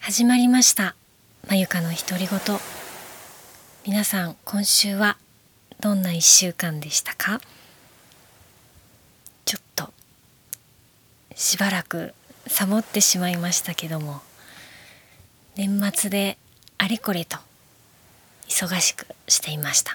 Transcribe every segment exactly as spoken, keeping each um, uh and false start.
始まりました。まゆかの独り言。皆さん、今週はどんないっしゅうかんでしたか？ちょっとしばらくサボってしまいましたけども、年末であれこれと忙しくしていました。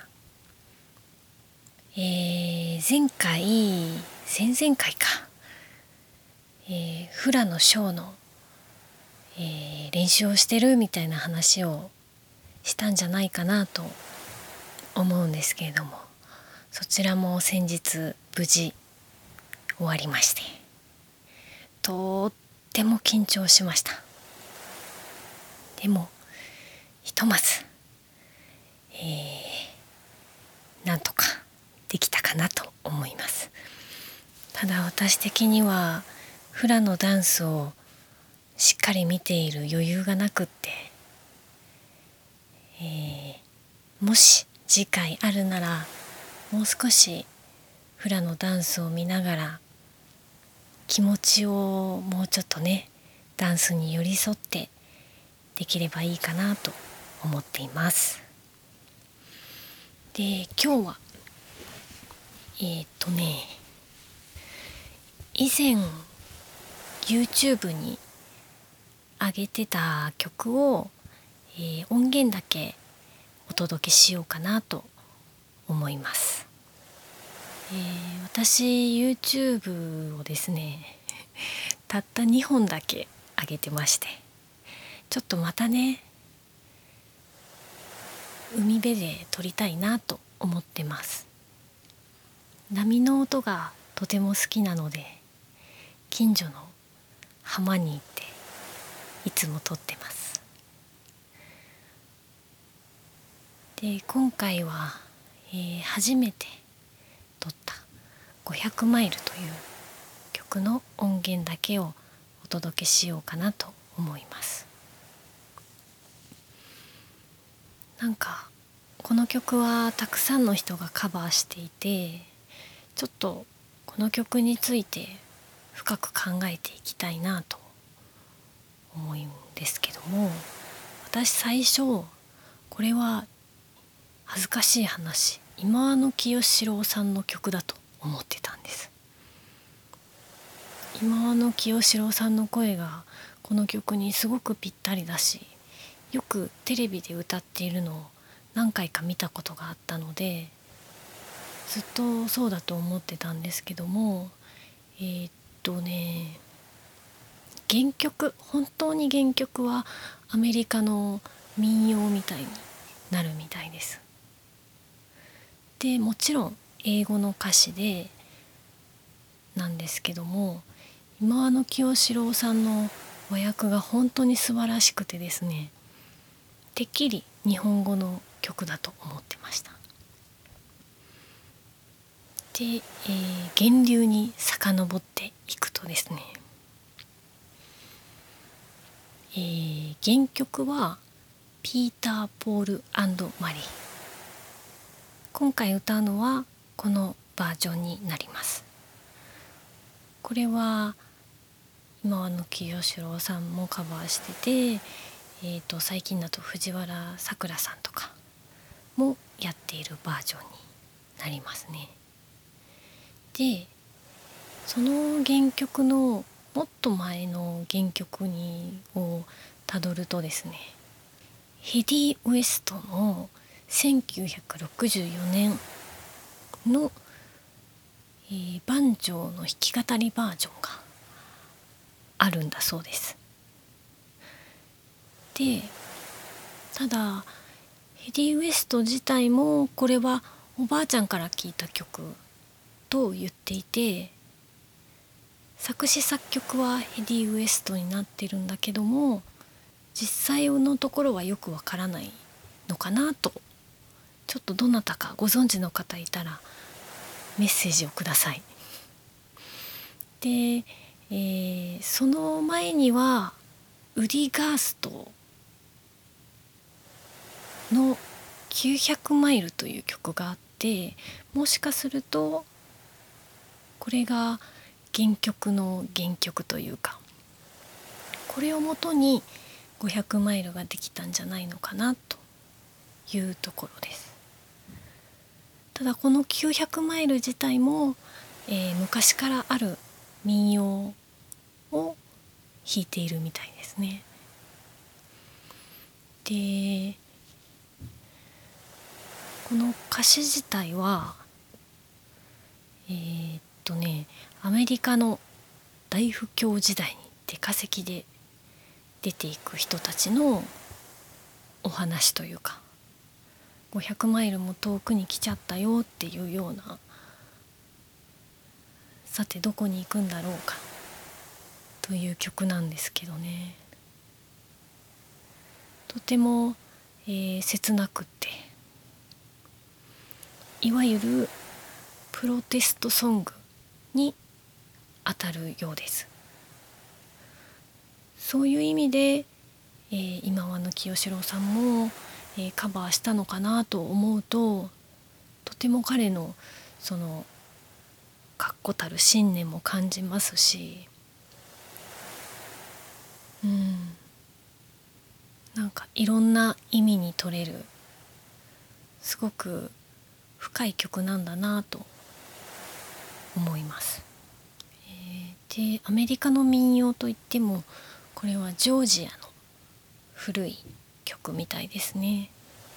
えー、前回前々回か、えー、フラのショーの、えー練習をしてるみたいな話をしたんじゃないかなと思うんですけれども、そちらも先日無事終わりまして、とっても緊張しました。でもひとまず、えー、なんとかできたかなと思います。ただ私的にはフラのダンスをしっかり見ている余裕がなくって、えー、もし次回あるならもう少しフラのダンスを見ながら気持ちをもうちょっとねダンスに寄り添ってできればいいかなと思っています。で、今日はえーっとね以前 YouTube に上げてた曲を、えー音源だけお届けしようかなと思います。えー私 YouTube をですねたったにほんだけ上げてまして、ちょっとまたね海辺で撮りたいなと思ってます。波の音がとても好きなので、近所の浜に行っていつも撮ってます。で、今回は、えー初めて撮ったごひゃくマイルという曲の音源だけをお届けしようかなと思います。なんかこの曲はたくさんの人がカバーしていて、ちょっとこの曲について深く考えていきたいなと思うんですけども、私最初これは恥ずかしい話、今和の清志郎さんの曲だと思ってたんです。今和の清志郎さんの声がこの曲にすごくぴったりだし、よくテレビで歌っているのを何回か見たことがあったので、ずっとそうだと思ってたんですけども、えーっとね原曲本当に原曲はアメリカの民謡みたいになるみたいです。でもちろん英語の歌詞でなんですけども、今和の清志郎さんの和訳が本当に素晴らしくてですね、てっきり日本語の曲だと思ってました。で、えー源流に遡っていくとですね、えー原曲はピーター・ポール&マリー。今回歌うのはこのバージョンになります。これは今和の清志郎さんもカバーしてて、えーと最近だと藤原さくらさんとかもやっているバージョンになりますね。で、その原曲のもっと前の原曲にをたどるとですね、ヘディ・ウエストのせんきゅうひゃくろくじゅうよねんの、えー、バンジョーの弾き語りバージョンがあるんだそうです。で、ただヘディ・ウエスト自体もこれはおばあちゃんから聞いた曲と言っていて、作詞作曲はヘディ・ウエストになってるんだけども、実際のところはよくわからないのかなと。ちょっとどなたかご存知の方いたらメッセージをください。で、えーその前にはウディ・ガーストのきゅうひゃくマイルという曲があって、もしかするとこれが原曲の原曲というか、これをもとにごひゃくマイルができたんじゃないのかなというところです。ただこのきゅうひゃくマイル自体も、えー、昔からある民謡を弾いているみたいですね。でこの歌詞自体はえー、っとねアメリカの大不況時代に出稼ぎで出ていく人たちのお話というか、ごひゃくマイルも遠くに来ちゃったよっていうような、さてどこに行くんだろうかという曲なんですけどね、とても、えー、切なくって、いわゆるプロテストソングに当たるようです。そういう意味で、えー、今和の清志郎さんも、えー、カバーしたのかなと思うと、とても彼のその確固たる信念も感じますし、うん、なんかいろんな意味に取れるすごく深い曲なんだなと思います。えー、でアメリカの民謡といってもこれはジョージアの古い曲みたいですね。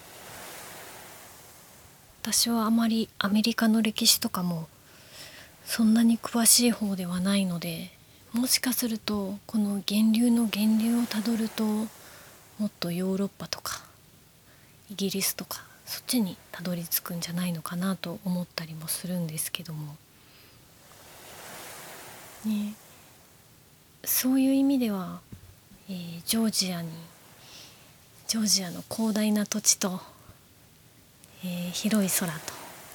私はあまりアメリカの歴史とかもそんなに詳しい方ではないので、もしかするとこの源流の源流をたどるともっとヨーロッパとかイギリスとかそっちにたどり着くんじゃないのかなと思ったりもするんですけどもね。そういう意味では、えー、ジョージアにジョージアの広大な土地と、えー、広い空と、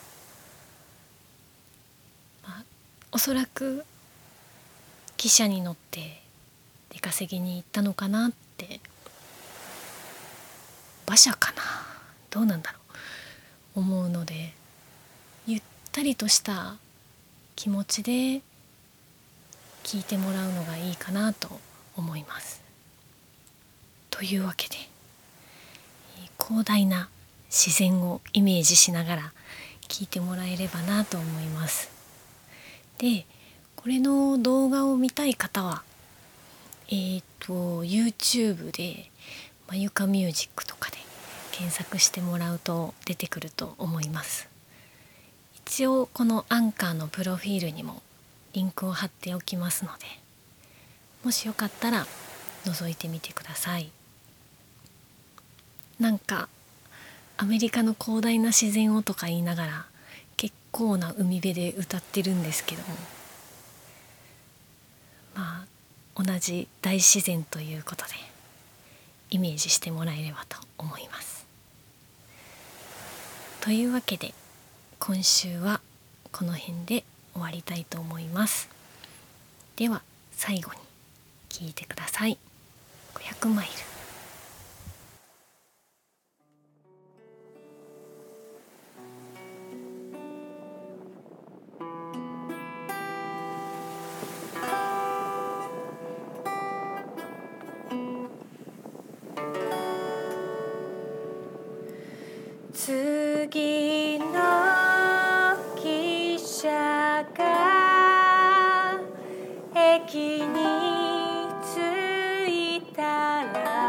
まあ、おそらく汽車に乗って出稼ぎに行ったのかなって、馬車かな、どうなんだろう思うので、ゆったりとした気持ちで聞いてもらうのがいいかなと思います。というわけで広大な自然をイメージしながら聞いてもらえればなと思います。でこれの動画を見たい方はえーと YouTube でまゆかミュージックとかで検索してもらうと出てくると思います。一応このアンカーのプロフィールにもリンクを貼っておきますので、もしよかったら覗いてみてください。なんかアメリカの広大な自然をとか言いながら結構な海辺で歌ってるんですけども、まあ同じ大自然ということでイメージしてもらえればと思います。というわけで今週はこの辺で終わりたいと思います。では最後に聞いてください。ごひゃくマイル。次の汽車が駅に着いたら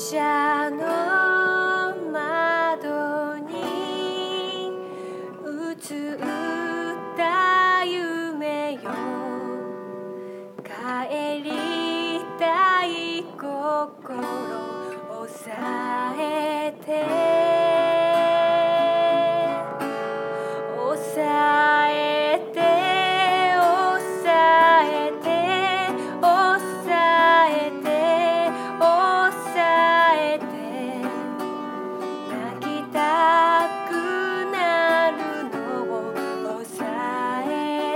車の窓に映った夢よ、帰りたい心抑えて抑えて抑えて抑えて抑えて泣きたくなるのを抑え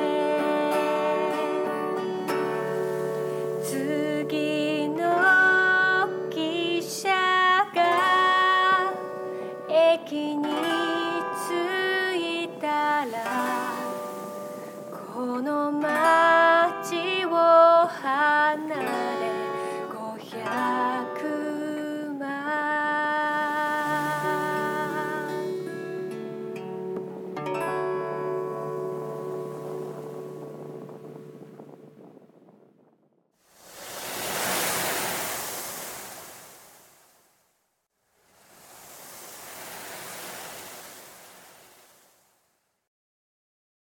て次の汽車が駅に着いたらこの街を離れごひゃ